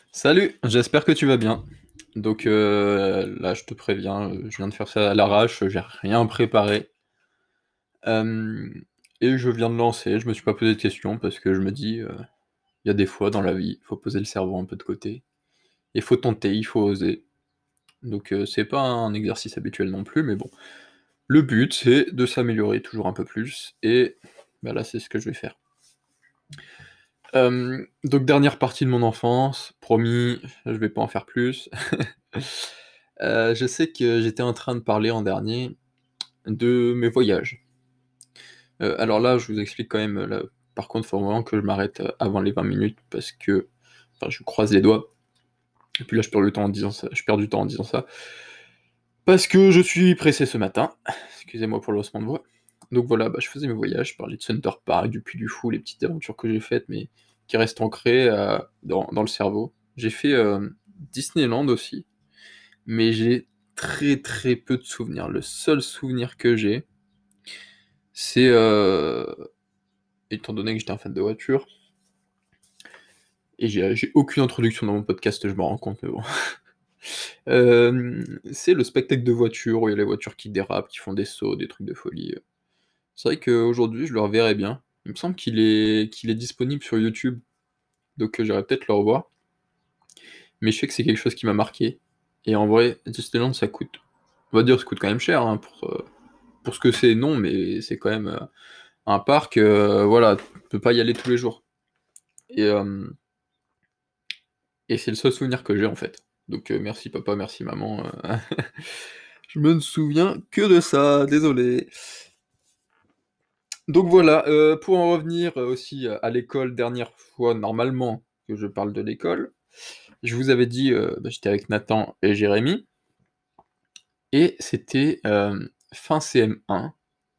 Salut, j'espère que tu vas bien. Donc là, je te préviens, je viens de faire ça à l'arrache, j'ai rien préparé. Hem et je viens de lancer, je me suis pas posé de questions parce que je me dis, il y a des fois dans la vie, il faut poser le cerveau un peu de côté. Il faut tenter, il faut oser. Donc c'est pas un exercice habituel non plus, mais bon. Le but, c'est de s'améliorer toujours un peu plus et bah, là, c'est ce que je vais faire. Donc dernière partie de mon enfance, promis, je vais pas en faire plus. Je sais que j'étais en train de parler en dernier de mes voyages. Alors là, je vous explique quand même, là, par contre, faut vraiment que je m'arrête, avant les 20 minutes parce que enfin, je croise les doigts et puis là, je perds du temps en disant ça, parce que je suis pressé ce matin. Excusez-moi pour le haussement de voix. Donc voilà, bah, je faisais mes voyages, je parlais de Center Park, du Puy du Fou, les petites aventures que j'ai faites, mais qui restent ancrées, dans le cerveau. J'ai fait, Disneyland aussi, mais j'ai très, très peu de souvenirs. Le seul souvenir que c'est, étant donné que j'étais un fan de voiture, et j'ai aucune introduction dans mon podcast, je m'en rends compte, mais bon. C'est le spectacle de voitures, où il y a les voitures qui dérapent, qui font des sauts, des trucs de folie. C'est vrai qu'aujourd'hui, je le reverrais bien. Il me semble qu'il est disponible sur YouTube, donc j'irai peut-être le revoir. Mais je sais que c'est quelque chose qui m'a marqué. Et en vrai, Disneyland, ça coûte, on va dire, ça coûte quand même cher, hein, pour ce que c'est, non, mais c'est quand même un parc, voilà, tu peux pas y aller tous les jours. Et, et c'est le seul souvenir que j'ai en fait. Donc merci papa, merci maman. Je me ne souviens que de ça, désolé. Donc voilà, pour en revenir aussi à l'école, dernière fois normalement que je parle de l'école, je vous avais dit, bah, j'étais avec Nathan et Jérémy, et c'était fin CM1.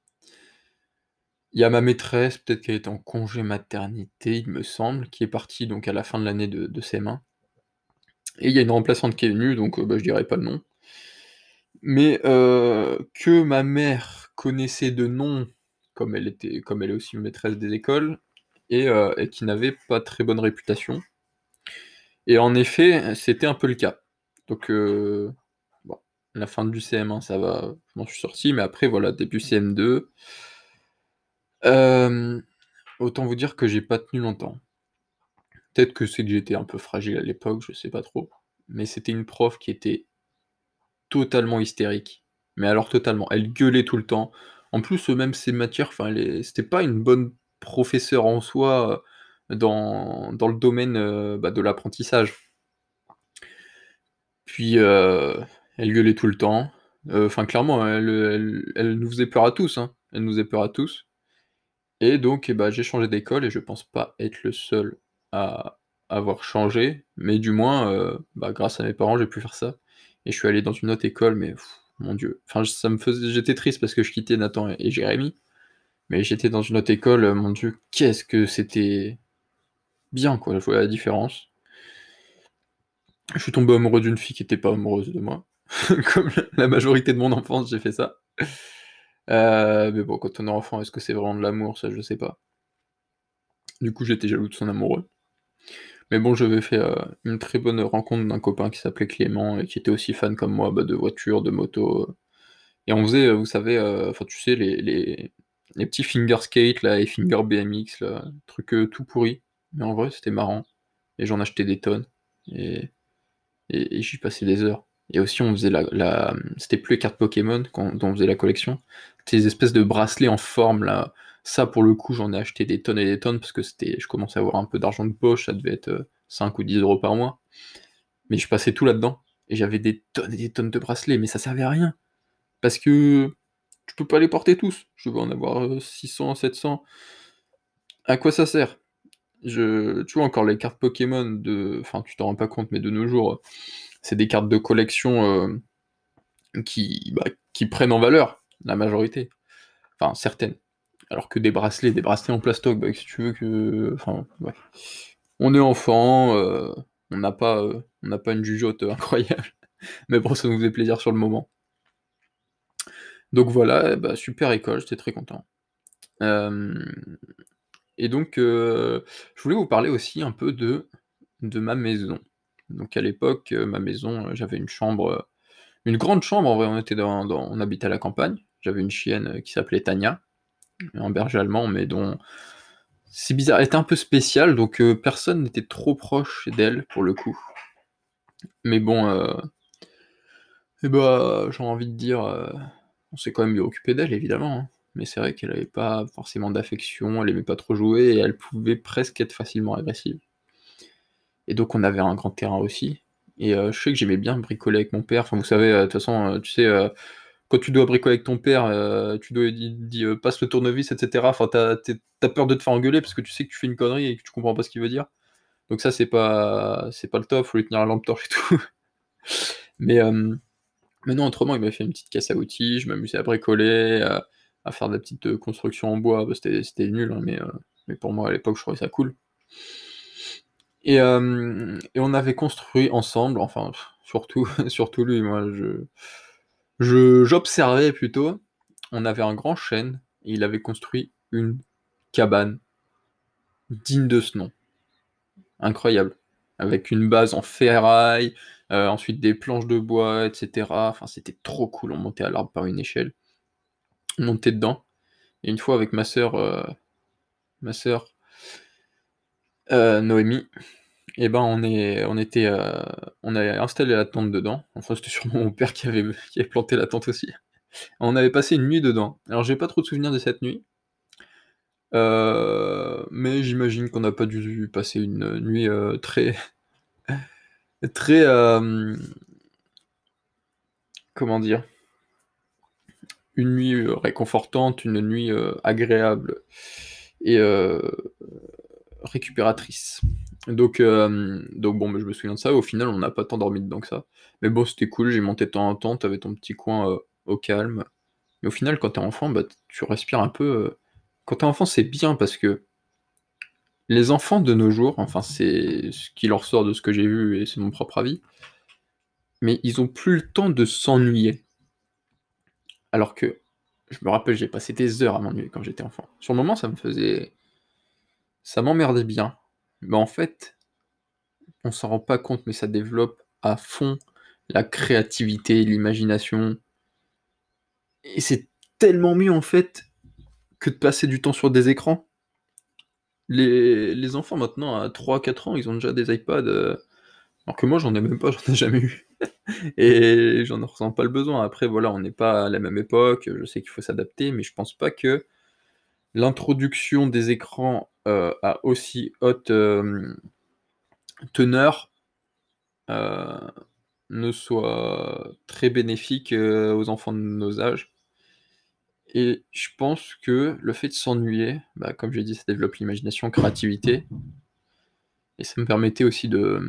Il y a ma maîtresse, peut-être qu'elle était en congé maternité, il me semble, qui est partie donc à la fin de l'année de CM1. Et il y a une remplaçante qui est venue, donc bah, je dirai pas le nom. Mais que ma mère connaissait de nom, comme elle est aussi maîtresse des écoles, et qui n'avait pas très bonne réputation. Et en effet, c'était un peu le cas. Donc bon, la fin du CM1 ça va, je m'en suis sorti, mais après voilà, début CM2, hem, autant vous dire que j'ai pas tenu longtemps. Peut-être que c'est que j'étais un peu fragile à l'époque, je sais pas trop. Mais c'était une prof qui était totalement hystérique. Mais alors totalement, elle gueulait tout le temps. En plus, même ses matières, enfin, c'était pas une bonne professeure en soi, dans le domaine, bah, de l'apprentissage. Puis, elle gueulait tout le temps. Enfin clairement, elle nous faisait peur à tous, hein. Elle nous faisait peur à tous. Et donc, eh bah, j'ai changé d'école et je pense pas être le seul à avoir changé, mais du moins, bah, grâce à mes parents, j'ai pu faire ça et je suis allé dans une autre école, mais mon Dieu, enfin, ça me faisait j'étais triste parce que je quittais Nathan et Jérémy, mais j'étais dans une autre école, mon Dieu, qu'est-ce que c'était bien, quoi, je voyais la différence. Je suis tombé amoureux d'une fille qui était pas amoureuse de moi. Comme la majorité de mon enfance, j'ai fait ça. Mais bon, quand on est enfant, est-ce que c'est vraiment de l'amour? Ça, je sais pas. Du coup, j'étais jaloux de son amoureux. Mais bon, j'avais fait, une très bonne rencontre d'un copain qui s'appelait Clément et qui était aussi fan comme moi, bah, de voitures, de motos, et on faisait, vous savez, enfin, tu sais, les petits finger skate là et finger BMX là, trucs, tout pourris. Mais en vrai, c'était marrant et j'en achetais des tonnes et et j'y passais des heures. Et aussi, on faisait c'était plus les cartes Pokémon dont on faisait la collection, c'était des espèces de bracelets en forme là. Ça, pour le coup, j'en ai acheté des tonnes et des tonnes parce que je commençais à avoir un peu d'argent de poche, ça devait être 5 ou 10 euros par mois. Mais je passais tout là-dedans. Et j'avais des tonnes et des tonnes de bracelets, mais ça servait à rien. Parce que tu peux pas les porter tous. Je dois en avoir 600, 700. À quoi ça sert? Tu vois encore les cartes Pokémon enfin, tu t'en rends pas compte, mais de nos jours, c'est des cartes de collection qui prennent en valeur, la majorité. Enfin, certaines. Alors que des bracelets en plastoc, bah, si tu veux que. Enfin, ouais. On est enfant, on n'a pas une jugeote incroyable. Mais bon, ça nous faisait plaisir sur le moment. Donc voilà, bah, super école, j'étais très content. Hem et donc je voulais vous parler aussi un peu de ma maison. Donc à l'époque, ma maison, j'avais une grande chambre en vrai, on habitait à la campagne. J'avais une chienne, qui s'appelait Tania, un berger allemand, mais dont c'est bizarre, elle était un peu spéciale, donc personne n'était trop proche d'elle, pour le coup. Mais bon, et bah, j'ai envie de dire, on s'est quand même bien occupé d'elle évidemment, hein. Mais c'est vrai qu'elle avait pas forcément d'affection, elle aimait pas trop jouer et elle pouvait presque être facilement agressive. Et donc on avait un grand terrain aussi et je sais que j'aimais bien bricoler avec mon père. Enfin vous savez, de toute façon, tu sais, quand tu dois bricoler avec ton père, tu dois il dit, «Passe le tournevis» et cetera. Enfin tu as peur de te faire engueuler parce que tu sais que tu fais une connerie et que tu comprends pas ce qu'il veut dire. Donc ça c'est pas le top, faut lui tenir la lampe torche et tout. Mais mais non, autrement, il m'a fait une petite caisse à outils, je m'amusais à bricoler, à faire des petites, constructions en bois. Bah, c'était nul, hein, mais pour moi, à l'époque, je trouvais ça cool et on avait construit ensemble, enfin, surtout surtout lui, moi, j'observais plutôt. On avait un grand chêne et il avait construit une cabane digne de ce nom, incroyable, avec une base en ferraille, ensuite des planches de bois et cetera. Enfin, c'était trop cool, on montait à l'arbre par une échelle, on montait dedans. Et une fois avec ma sœur, Noémie, et ben on a installé la tente dedans. Enfin, c'était sûrement mon père qui avait planté la tente aussi. On avait passé une nuit dedans. Alors j'ai pas trop de souvenirs de cette nuit, mais j'imagine qu'on n'a pas dû passer une nuit, très très, comment dire? Une nuit, réconfortante, une nuit, agréable et récupératrice. Donc bon, bah, je me souviens de ça, au final, on n'a pas tant dormi dedans que ça. Mais bon, c'était cool, j'ai monté de temps en temps, tu avais ton petit coin, au calme. Mais au final, quand tu es enfant, bah, tu respires un peu, quand tu es enfant, c'est bien parce que les enfants de nos jours, enfin, c'est ce qui leur sort de ce que j'ai vu et c'est mon propre avis, mais ils ont plus le temps de s'ennuyer. Alors que, je me rappelle, j'ai passé des heures à m'ennuyer quand j'étais enfant. Sur le moment, ça m'emmerdait bien. Mais en fait, on s'en rend pas compte, mais ça développe à fond la créativité, l'imagination. Et c'est tellement mieux en fait que de passer du temps sur des écrans. Les enfants maintenant à 3 4 ans, ils ont déjà des iPads, alors que moi j'en ai même pas, j'en ai jamais eu. Et j'en ressens pas le besoin. Après voilà, on n'est pas à la même époque, je sais qu'il faut s'adapter, mais je pense pas que l'introduction des écrans, à aussi haute, teneur, heu, ne soit très bénéfique, aux enfants de nos âges. Et je pense que le fait de s'ennuyer, bah, comme j'ai dit, ça développe l'imagination, créativité et ça me permettait aussi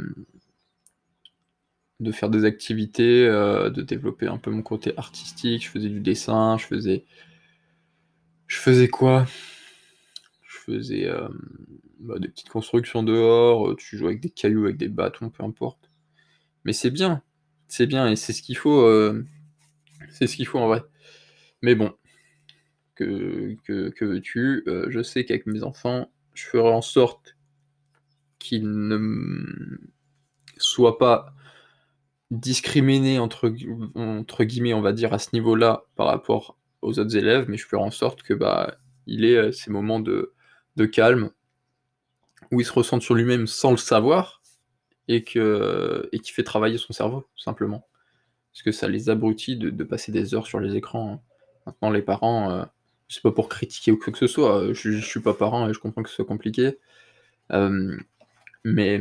de faire des activités, de développer un peu mon côté artistique. Je faisais du dessin, je faisais quoi? Je faisais, bah, des petites constructions dehors, tu jouais avec des cailloux, avec des bâtons, peu importe. Mais c'est bien et c'est ce qu'il faut en vrai. Mais bon, que veux-tu? Je sais qu'avec mes enfants, je ferai en sorte qu'ils ne soient pas «discriminés» entre guillemets, on va dire, à ce niveau-là, par rapport aux autres élèves, mais je ferai en sorte que, bah, il ait, ces moments de calme, où il se recentre sur lui-même sans le savoir et qui fait travailler son cerveau, tout simplement. Parce que ça les abrutit de passer des heures sur les écrans, hein. Maintenant les parents, c'est pas pour critiquer ou quoi que ce soit, je suis pas parent et je comprends que ce soit compliqué, hem, mais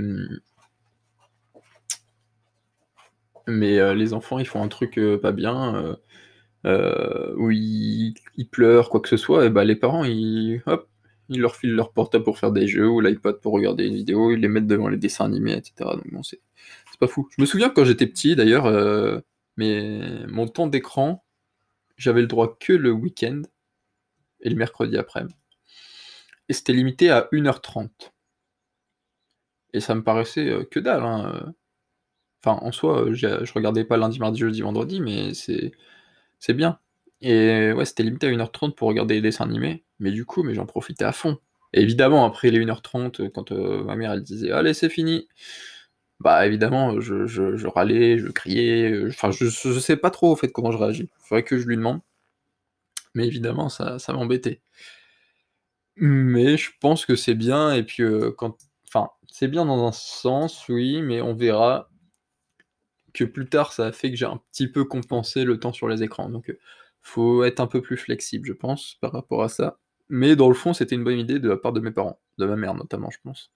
les enfants, ils font un truc, pas bien, où ils pleurent, quoi que ce soit et bah, les parents, ils leur filent leur portable pour faire des jeux ou l'iPad pour regarder une vidéo, ils les mettent devant les dessins animés et cetera, donc bon, c'est pas fou. Je me souviens quand j'étais petit d'ailleurs, mon temps d'écran, j'avais le droit que le week-end et le mercredi après-midi et c'était limité à 1h30 et ça me paraissait, que dalle, hein, enfin en soi, je regardais pas lundi, mardi, jeudi, vendredi, mais c'est bien et ouais, c'était limité à 1h30 pour regarder les dessins animés, mais du coup, j'en profitais à fond et évidemment après les 1h30, quand, ma mère elle disait: «Allez, c'est fini», Bah, évidemment, je râlais, je criais, enfin je sais pas trop, en fait, comment je réagis. Faudrait que je lui demande, mais évidemment ça m'embêtait. Mais je pense que c'est bien et puis, quand enfin, c'est bien dans un sens, oui, mais on verra que plus tard, ça a fait que j'ai un petit peu compensé le temps sur les écrans, donc faut être un peu plus flexible, je pense, par rapport à ça. Mais dans le fond, c'était une bonne idée de la part de mes parents, de ma mère notamment, je pense.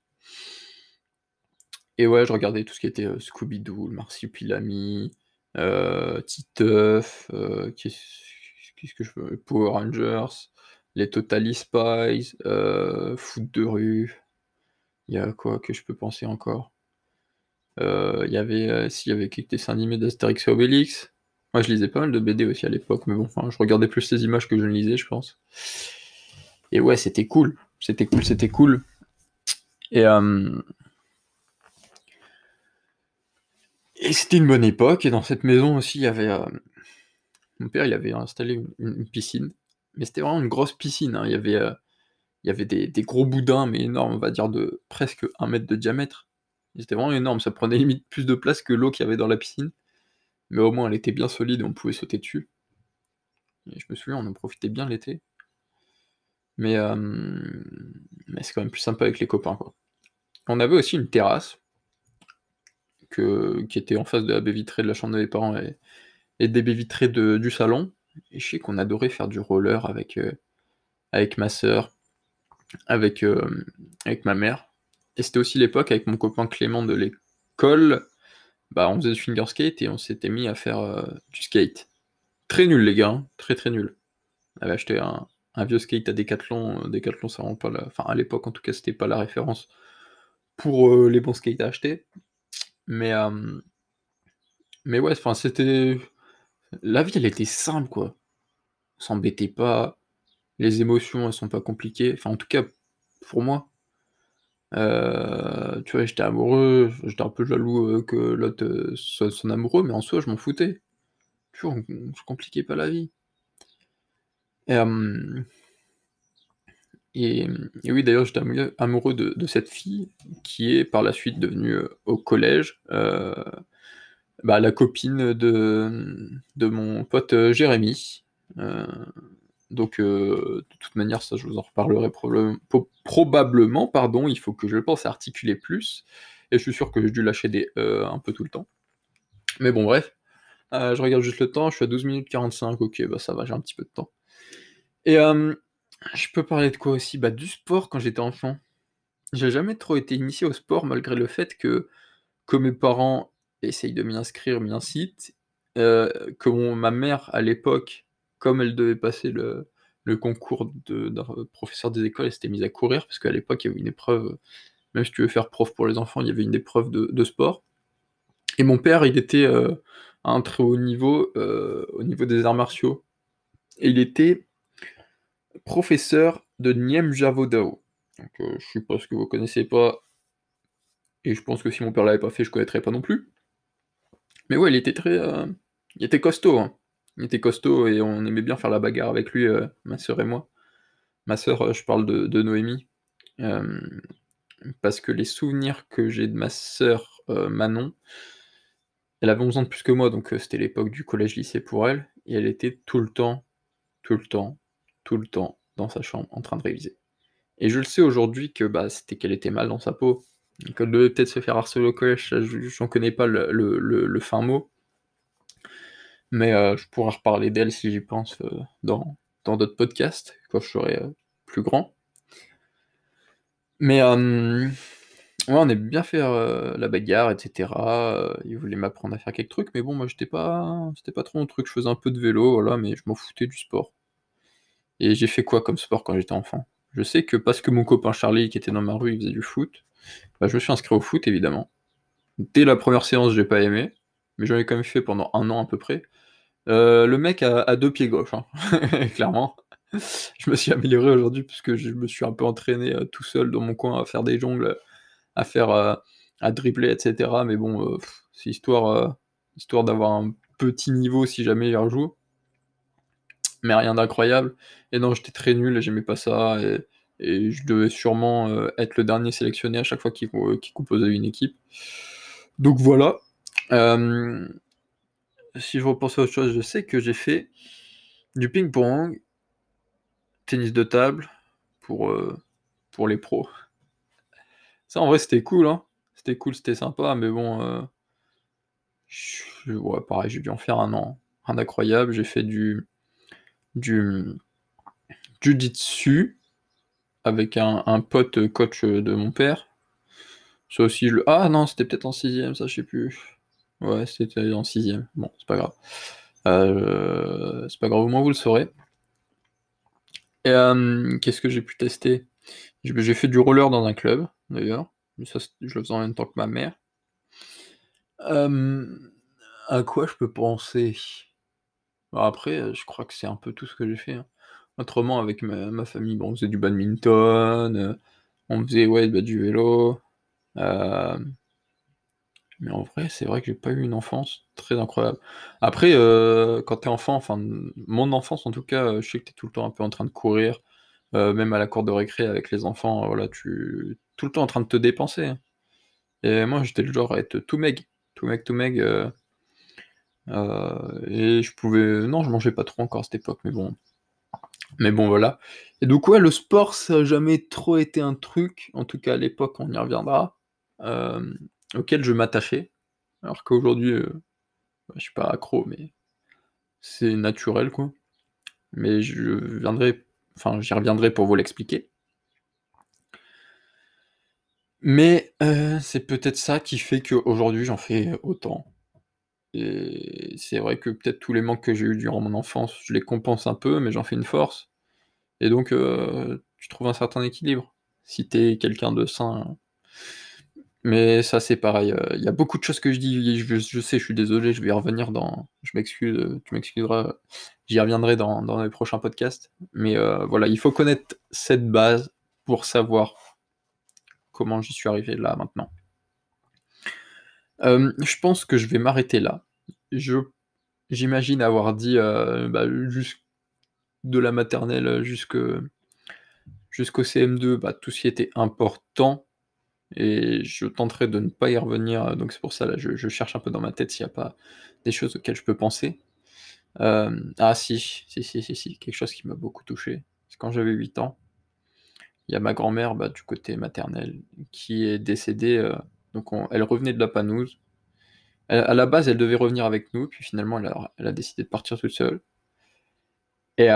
Et ouais, je regardais tout ce qui était, Scooby-Doo, le Marsupilami, Titeuf, qu'est-ce que je veux? Power Rangers, les Totally Spies, Foot de rue, il y a quoi que je peux penser encore? Il y avait, si, il y avait quelques dessins animés d'Astérix et Obélix. Moi, je lisais pas mal de BD aussi à l'époque, mais bon, enfin, je regardais plus les images que je ne lisais, je pense. Et ouais, c'était cool. C'était cool, c'était cool. Et, et c'était une bonne époque. Et dans cette maison aussi, il y avait, mon père, il avait installé une piscine. Mais c'était vraiment une grosse piscine, hein. Il y avait des gros boudins, mais énormes, on va dire de presque 1 mètre de diamètre. Ils étaient vraiment énormes, ça prenait limite plus de place que l'eau qu'il y avait dans la piscine. Mais au moins, elle était bien solide et on pouvait sauter dessus. Et je me souviens, on en profitait bien l'été. Mais, mais c'est quand même plus sympa avec les copains, quoi. On avait aussi une terrasse qui était en face de la baie vitrée de la chambre de mes parents et des baies vitrées du salon. Et je sais qu'on adorait faire du roller avec ma sœur, avec, avec ma mère. Et c'était aussi l'époque avec mon copain Clément de l'école, bah on faisait du finger skate et on s'était mis à faire du skate. Très nul les gars, hein, très très nul. On avait acheté un vieux skate à Decathlon, Decathlon c'est vraiment pas la... Enfin à l'époque en tout cas c'était pas la référence pour les bons skates à acheter. Mais, mais ouais, enfin c'était... La vie elle était simple quoi. On s'embêtait pas, les émotions elles sont pas compliquées, enfin en tout cas pour moi. Tu vois, j'étais amoureux, j'étais un peu jaloux, que l'autre, soit son amoureux, mais en soi, je m'en foutais. Tu vois, on se compliquait pas la vie. Et, et oui, d'ailleurs, j'étais amoureux de cette fille qui est par la suite devenue, au collège, bah, la copine de mon pote, Jérémy. Heu, donc de toute manière, ça, je vous en reparlerai probablement, pardon, il faut que je pense à articuler plus et je suis sûr que j'ai dû lâcher des un peu tout le temps. Mais bon, bref, je regarde juste le temps, je suis à 12 minutes 45, OK, bah, ça va, j'ai un petit peu de temps et je peux parler de quoi aussi? Bah, du sport quand j'étais enfant. J'ai jamais trop été initié au sport malgré le fait que mes parents essayent de m'y incitent, que ma mère à l'époque, comme elle devait passer le concours d'un professeur des écoles, elle s'était mise à courir parce qu'à l'époque il y avait une épreuve, même si tu veux faire prof pour les enfants, il y avait une épreuve de sport et mon père il était, à un très haut niveau, au niveau des arts martiaux et il était professeur de Nyem Javo Dao. Donc je suppose que vous connaissez pas et je pense que si mon père l'avait pas fait, je connaîtrais pas non plus. Mais ouais, il était costaud, hein. Il était costaud et on aimait bien faire la bagarre avec lui, ma sœur et moi. Ma sœur, je parle de Noémie, hem, parce que les souvenirs que j'ai de ma sœur, Manon, elle avait 11 ans de plus que moi, donc c'était l'époque du collège-lycée pour elle et elle était tout le temps, tout le temps, tout le temps dans sa chambre en train de réviser. Et je le sais aujourd'hui que, bah, c'était qu'elle était mal dans sa peau, qu'elle devait peut-être se faire harceler au collège, ça j'en connais pas le fin mot. Mais je pourrais reparler d'elle si j'y pense, dans d'autres podcasts, quand je serai, plus grand. Mais ouais, on aimait bien faire, la bagarre et cetera, il voulait m'apprendre à faire quelques trucs, mais bon, moi c'était pas trop mon truc. Je faisais un peu de vélo, voilà, mais je m'en foutais du sport. Et j'ai fait quoi comme sport quand j'étais enfant? Je sais que parce que mon copain Charlie, qui était dans ma rue, il faisait du foot, bah, je me suis inscrit au foot évidemment. Dès la première séance, j'ai pas aimé, mais j'en ai quand même fait pendant 1 an à peu près. Le mec a 2 pieds gauches, hein, clairement. Je me suis amélioré aujourd'hui puisque je me suis un peu entraîné, tout seul dans mon coin à faire des jongles, à faire, à dribbler et cetera, mais bon, c'est histoire d'avoir un petit niveau si jamais j'y rejoue, mais rien d'incroyable et non, j'étais très nul et j'aimais pas ça et je devais sûrement, être le dernier sélectionné à chaque fois qu'ils composaient une équipe. Donc voilà. Hem, Si je repense à autre chose, je sais que j'ai fait du ping-pong, tennis de table pour les pros. Ça en vrai c'était cool, hein. C'était cool, c'était sympa, mais bon, ouais pareil, j'ai dû en faire 1 an. Rien d'incroyable, j'ai fait du, jiu-jitsu avec un pote, coach, de mon père. Ça aussi je le ah non, c'était peut-être en sixième, ça je sais plus. Ouais, c'était en sixième. Bon, c'est pas grave. C'est pas grave, au moins vous le saurez. Et qu'est-ce que j'ai pu tester? J'ai fait du roller dans un club, d'ailleurs, mais ça je le faisais en même temps que ma mère. Hem, à quoi je peux penser? Bah, après, je crois que c'est un peu tout ce que j'ai fait, hein. Autrement avec ma famille, bon, on faisait du badminton, on faisait, ouais, bah, du vélo, hem, mais en vrai, c'est vrai que j'ai pas eu une enfance très incroyable. Après, quand tu es enfant, enfin, mon enfance en tout cas, je sais que tu es tout le temps un peu en train de courir, même à la cour de récré avec les enfants, voilà, tu tout le temps en train de te dépenser, hein. Et moi, j'étais le genre à être tout meg, et je pouvais non, je mangeais pas trop encore à cette époque, mais bon, voilà. Et donc ouais, le sport, ça a jamais trop été un truc, en tout cas à l'époque, on y reviendra, hem, auquel je m'attachais, alors qu'aujourd'hui, bah, je suis pas accro, mais c'est naturel, quoi. Mais j'y reviendrai pour vous l'expliquer. Mais c'est peut-être ça qui fait qu'aujourd'hui j'en fais autant. Et c'est vrai que peut-être tous les manques que j'ai eus durant mon enfance, je les compense un peu, mais j'en fais une force. Et donc tu trouves un certain équilibre, si tu es quelqu'un de sain. Mais ça c'est pareil, il y a beaucoup de choses que je dis, je sais, je suis désolé, je vais y revenir je m'excuse, tu m'excuseras, j'y reviendrai dans les prochains podcasts. Mais voilà, il faut connaître cette base pour savoir comment j'y suis arrivé là, maintenant. Je pense que je vais m'arrêter là. Je J'imagine avoir dit, bah, de la maternelle, jusqu'au CM2, bah, tout ce qui était important et je tenterai de ne pas y revenir, donc c'est pour ça là, je cherche un peu dans ma tête s'il y a pas des choses auxquelles je peux penser. Ah si, quelque chose qui m'a beaucoup touché. C'est quand j'avais 8 ans, il y a ma grand-mère, bah, du côté maternel qui est décédée, donc elle revenait de la Panouse. À la base, elle devait revenir avec nous, puis finalement elle a décidé de partir toute seule et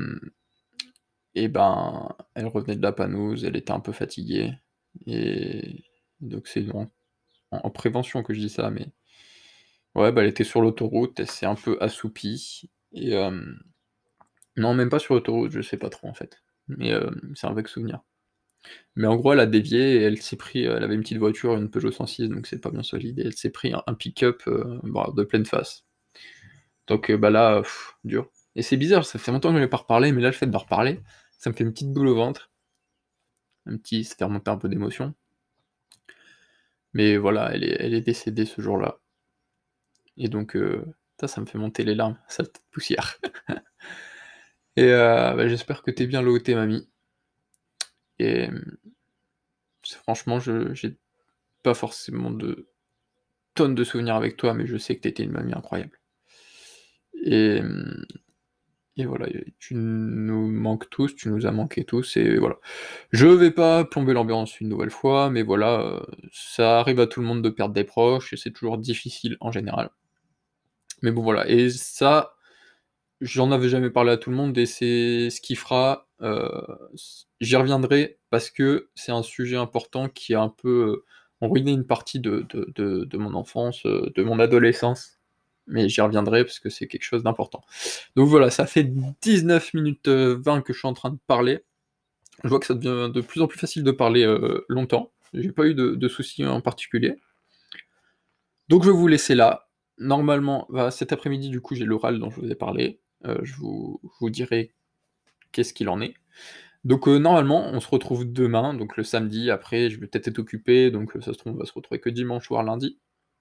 ben, elle revenait de la Panouse, elle était un peu fatiguée et donc c'est en prévention que je dis ça, mais ouais, bah, elle était sur l'autoroute, elle s'est un peu assoupie et non, même pas sur l'autoroute, je sais pas trop, en fait, mais c'est un vague souvenir. Mais en gros, elle a dévié et elle s'est pris, elle avait une petite voiture, une Peugeot 106, donc c'est pas bien solide et elle s'est pris un pick-up, bah, de pleine face. Donc bah, là, dur et c'est bizarre, ça fait longtemps que j'en ai pas reparlé, mais là, le fait d'en reparler, ça me fait une petite boule au ventre, ça fait remonter un peu d'émotion. Mais voilà, elle est décédée ce jour-là et donc ça me fait monter les larmes, sale petite poussière. Et bah, j'espère que tu es bien là où tu es, mamie et franchement, j'ai pas forcément de tonnes de souvenirs avec toi, mais je sais que tu étais une mamie incroyable et et voilà, tu nous manques tous, tu nous as manqué tous et voilà. Je vais pas plomber l'ambiance une nouvelle fois, mais voilà, ça arrive à tout le monde de perdre des proches et c'est toujours difficile en général. Mais bon voilà et ça, j'en avais jamais parlé à tout le monde et c'est ce qui fera, j'y reviendrai parce que c'est un sujet important qui a un peu, ruiné une partie de mon enfance, de mon adolescence, mais j'y reviendrai parce que c'est quelque chose d'important. Donc voilà, ça fait 19 minutes, 20 que je suis en train de parler. Je vois que ça devient de plus en plus facile de parler, longtemps. J'ai pas eu de soucis en particulier. Donc je vais vous laisser là. Normalement, bah, cet après-midi, du coup, j'ai l'oral dont je vous ai parlé. Je vous dirai qu'est-ce qu'il en est. Donc normalement, on se retrouve demain, donc le samedi. Après, je vais peut-être être occupé, donc ça se trouve, on va se retrouver que dimanche, voire lundi.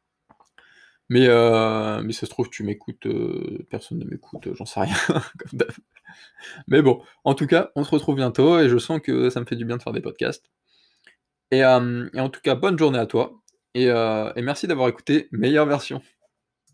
Mais ça se trouve, tu m'écoutes, personne ne m'écoute, j'en sais rien, comme d'hab. Mais bon, en tout cas, on se retrouve bientôt et je sens que ça me fait du bien de faire des podcasts. Et en tout cas, bonne journée à toi et merci d'avoir écouté Meilleure Version.